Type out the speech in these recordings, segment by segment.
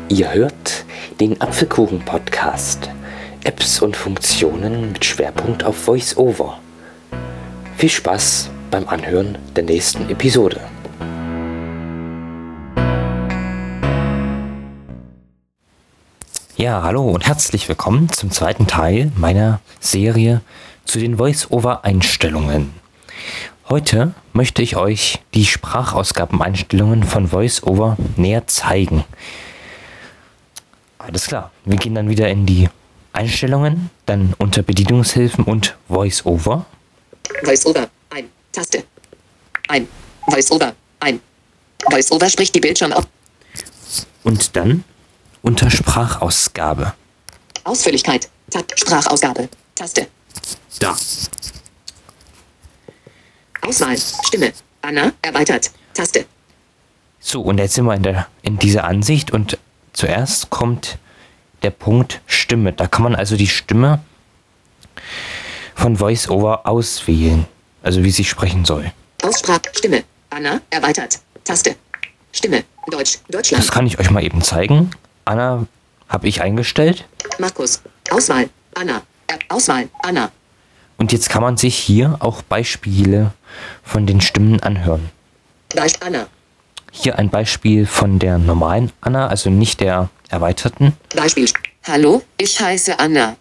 Ihr hört den Apfelkuchen-Podcast. Apps und Funktionen mit Schwerpunkt auf Voice-Over. Viel Spaß beim Anhören der nächsten Episode. Ja, hallo und herzlich willkommen zum zweiten Teil meiner Serie zu den Voice-Over-Einstellungen. Heute möchte ich euch die Sprachausgabeneinstellungen von VoiceOver näher zeigen. Alles klar, wir gehen dann wieder in die Einstellungen, dann unter Bedienungshilfen und VoiceOver. VoiceOver, ein, Taste, ein, VoiceOver, ein. VoiceOver spricht die Bildschirm auf. Und dann unter Sprachausgabe. Ausführlichkeit, Sprachausgabe, Taste. Da. Auswahl, Stimme, Anna, erweitert, Taste. So, und jetzt sind wir in dieser Ansicht und zuerst kommt der Punkt Stimme. Da kann man also die Stimme von VoiceOver auswählen, also wie sie sprechen soll. Aussprache, Stimme, Anna, erweitert, Taste. Stimme, Deutsch, Deutschland. Das kann ich euch mal eben zeigen. Anna habe ich eingestellt. Markus, Auswahl, Anna, Auswahl, Anna. Und jetzt kann man sich hier auch Beispiele von den Stimmen anhören. Beispiel Anna. Hier ein Beispiel von der normalen Anna, also nicht der erweiterten. Beispiel. Hallo, ich heiße Anna.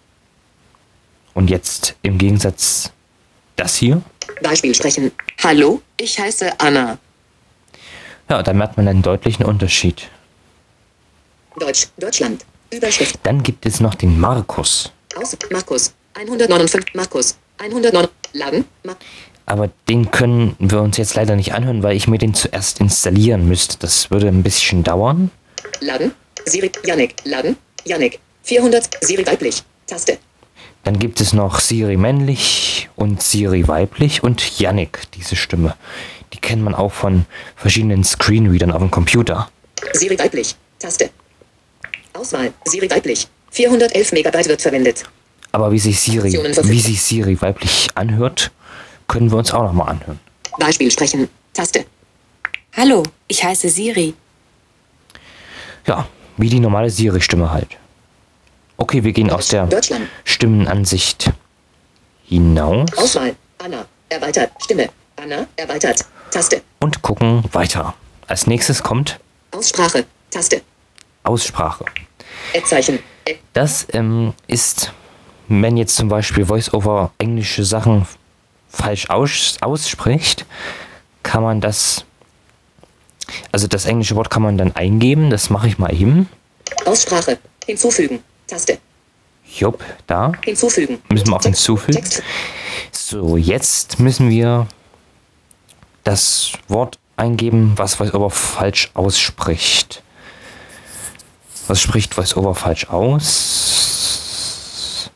Und jetzt im Gegensatz das hier. Beispiel sprechen. Hallo, ich heiße Anna. Ja, da merkt man einen deutlichen Unterschied. Deutsch, Deutschland. Überschrift. Dann gibt es noch den Markus. Aus, Markus. 159, Markus. 109, Laden, Aber den können wir uns jetzt leider nicht anhören, weil ich mir den zuerst installieren müsste. Das würde ein bisschen dauern. Laden, Siri, Yannick, Laden, Yannick. 400, Siri weiblich, Taste. Dann gibt es noch Siri männlich und Siri weiblich und Yannick, diese Stimme. Die kennt man auch von verschiedenen Screenreadern auf dem Computer. Siri weiblich, Taste. Auswahl, Siri weiblich. 411 Megabyte wird verwendet. Aber wie sich Siri weiblich anhört, können wir uns auch nochmal anhören. Beispiel sprechen, Taste. Hallo, ich heiße Siri. Ja, wie die normale Siri-Stimme halt. Okay, wir gehen aus der Stimmenansicht hinaus. Auswahl, Anna, erweitert, Stimme, Anna, erweitert, Taste. Und gucken weiter. Als nächstes kommt Aussprache, Taste. Aussprache. Zeichen. Das ist, wenn jetzt zum Beispiel VoiceOver englische Sachen falsch ausspricht, kann man das, also das englische Wort kann man dann eingeben. Das mache ich mal eben. Aussprache, hinzufügen, Taste. Jupp, da. Hinzufügen. Müssen wir auch hinzufügen. Text. So, jetzt müssen wir das Wort eingeben, was VoiceOver falsch ausspricht. Was spricht VoiceOver falsch aus?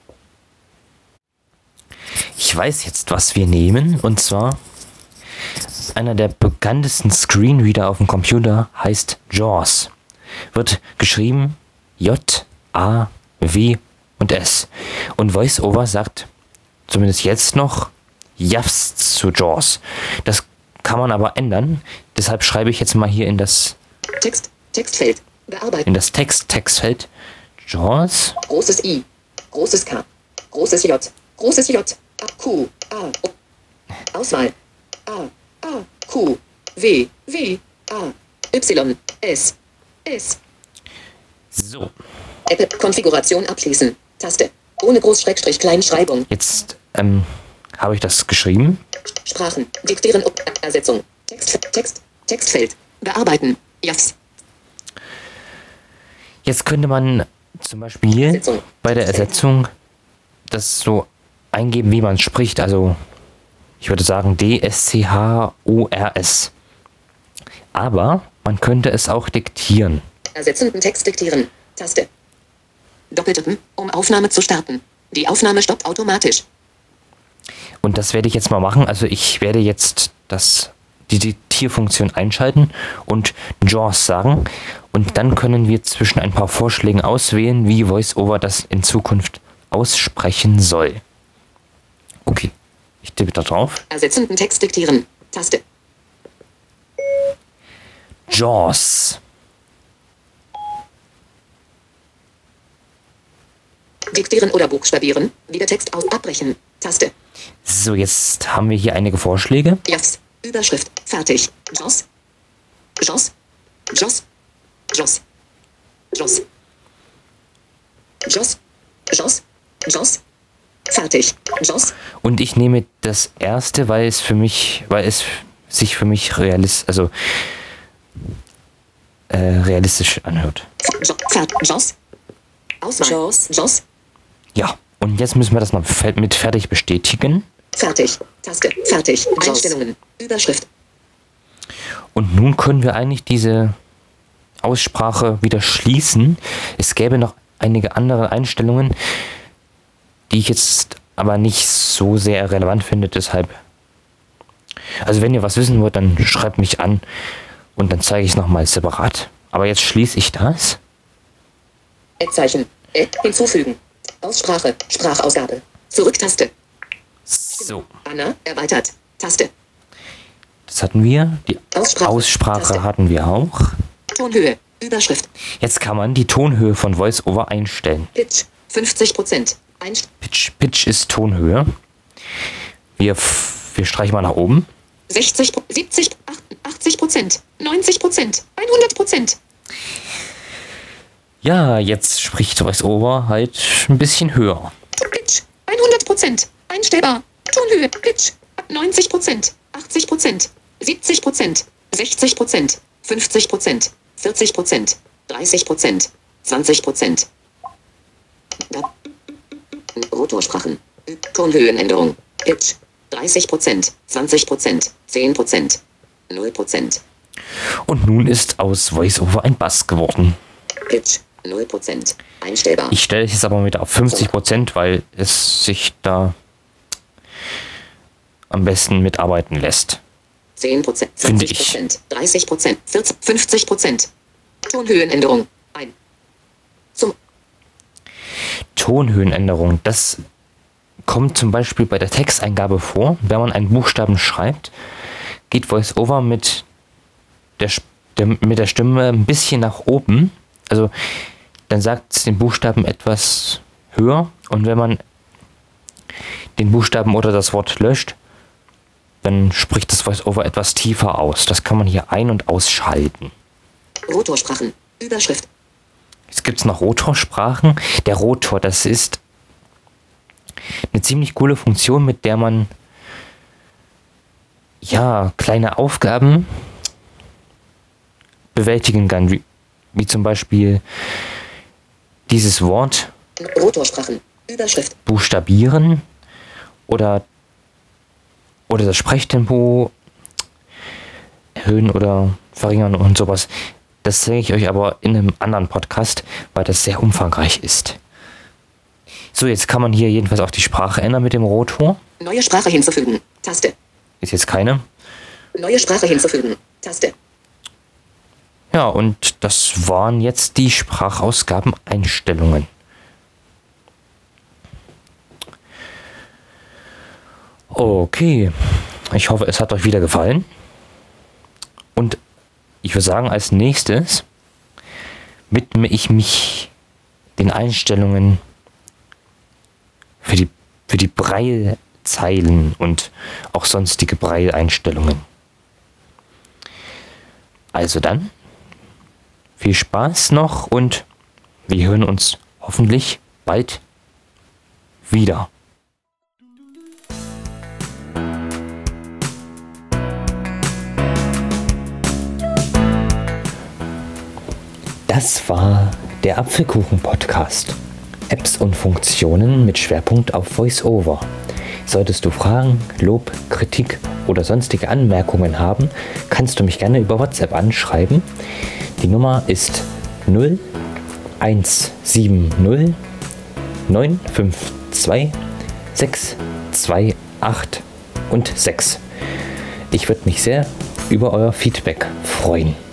Ich weiß jetzt, was wir nehmen. Und zwar, einer der bekanntesten Screenreader auf dem Computer heißt JAWS. Wird geschrieben J-A-W und S. Und VoiceOver sagt, zumindest jetzt noch, JAWS zu JAWS. Das kann man aber ändern. Deshalb schreibe ich jetzt mal hier in das Textfeld. Bearbeiten. In das Textfeld JAWS. Großes I, großes K, großes J, Q, A, O. Auswahl. A, Q, W, A, Y, S. So. Apple Konfiguration abschließen. Taste. Ohne Groß-Schrägstrich Kleinschreibung. Jetzt habe ich das geschrieben. Sprachen. Diktieren. Ersetzung. Textfeld. Bearbeiten. JAWS. Jetzt könnte man zum Beispiel bei der Ersetzung das so eingeben, wie man es spricht. Also ich würde sagen DSCHORS. Aber man könnte es auch diktieren. Ersetzenden Text diktieren. Taste. Doppeltippen, um Aufnahme zu starten. Die Aufnahme stoppt automatisch. Und das werde ich jetzt mal machen. Also ich werde jetzt die Diktierfunktion einschalten und JAWS sagen. Und dann können wir zwischen ein paar Vorschlägen auswählen, wie VoiceOver das in Zukunft aussprechen soll. Okay, ich tippe da drauf. Ersetzenden Text diktieren. Taste. JAWS. Diktieren oder Buchstabieren. Wieder Text aus. Abbrechen. Taste. So, jetzt haben wir hier einige Vorschläge. Yes. Überschrift. Fertig. Joss. Joss. Joss. Joss. Joss. Joss. Joss. Joss. Fertig. Joss. Und ich nehme das erste, weil es sich für mich realistisch anhört. Joss. Auswahl. Joss. Joss. Ja, und jetzt müssen wir das mal mit fertig bestätigen. Fertig. Taste. Fertig. Einstellungen. Überschrift. Und nun können wir eigentlich diese Aussprache wieder schließen. Es gäbe noch einige andere Einstellungen, die ich jetzt aber nicht so sehr relevant finde, deshalb. Also wenn ihr was wissen wollt, dann schreibt mich an und dann zeige ich es nochmal separat. Aber jetzt schließe ich das. Zeichen. Hinzufügen. Aussprache. Sprachausgabe. Zurücktaste. So, Anna. Erweitert. Taste. das hatten wir. Die Aussprache. Aussprache Taste. hatten wir auch. Tonhöhe. Überschrift. Jetzt kann man die Tonhöhe von VoiceOver einstellen. Pitch. 50%. Pitch ist Tonhöhe. Wir streichen mal nach oben. 60, 70, 80%, 90%, 100%. Ja, jetzt spricht VoiceOver halt ein bisschen höher. Pitch. 100%. Einstellbar. Tonhöhe. Pitch. 90%, 80%, 70%, 60%, 50%, 40%, 30%, 20%. Rotorsprachen. Tonhöhenänderung. Pitch. 30%, 20%, 10%, 0%. Und nun ist aus VoiceOver ein Bass geworden. Pitch. 0%. Einstellbar. Ich stelle es jetzt aber wieder auf 50%, weil es sich da am besten mitarbeiten lässt. 10%, Finde ich. 20%, 30%, 40%, 50%. Tonhöhenänderung. Ein. Zum Tonhöhenänderung, das kommt zum Beispiel bei der Texteingabe vor. Wenn man einen Buchstaben schreibt, geht VoiceOver mit der Stimme ein bisschen nach oben. Also dann sagt es den Buchstaben etwas höher. Und wenn man den Buchstaben oder das Wort löscht, dann spricht das VoiceOver etwas tiefer aus. Das kann man hier ein- und ausschalten. Rotorsprachen. Überschrift. Jetzt gibt es noch Rotorsprachen. Der Rotor, das ist eine ziemlich coole Funktion, mit der man kleine Aufgaben bewältigen kann. Wie zum Beispiel dieses Wort Rotorsprachen. Überschrift. buchstabieren oder das Sprechtempo erhöhen oder verringern und sowas. Das zeige ich euch aber in einem anderen Podcast, weil das sehr umfangreich ist. So, jetzt kann man hier jedenfalls auch die Sprache ändern mit dem Rotor. Neue Sprache hinzufügen. Taste. Ist jetzt keine. Neue Sprache hinzufügen. Taste. Ja, und das waren jetzt die Sprachausgaben-Einstellungen. Okay, ich hoffe, es hat euch wieder gefallen. Und ich würde sagen, als nächstes widme ich mich den Einstellungen für die Braillezeilen und auch sonstige Braille-Einstellungen. Also dann, viel Spaß noch und wir hören uns hoffentlich bald wieder. Das war der Apfelkuchen-Podcast. Apps und Funktionen mit Schwerpunkt auf VoiceOver. Solltest du Fragen, Lob, Kritik oder sonstige Anmerkungen haben, kannst du mich gerne über WhatsApp anschreiben. Die Nummer ist 0170 952 628 und 6. Ich würde mich sehr über euer Feedback freuen.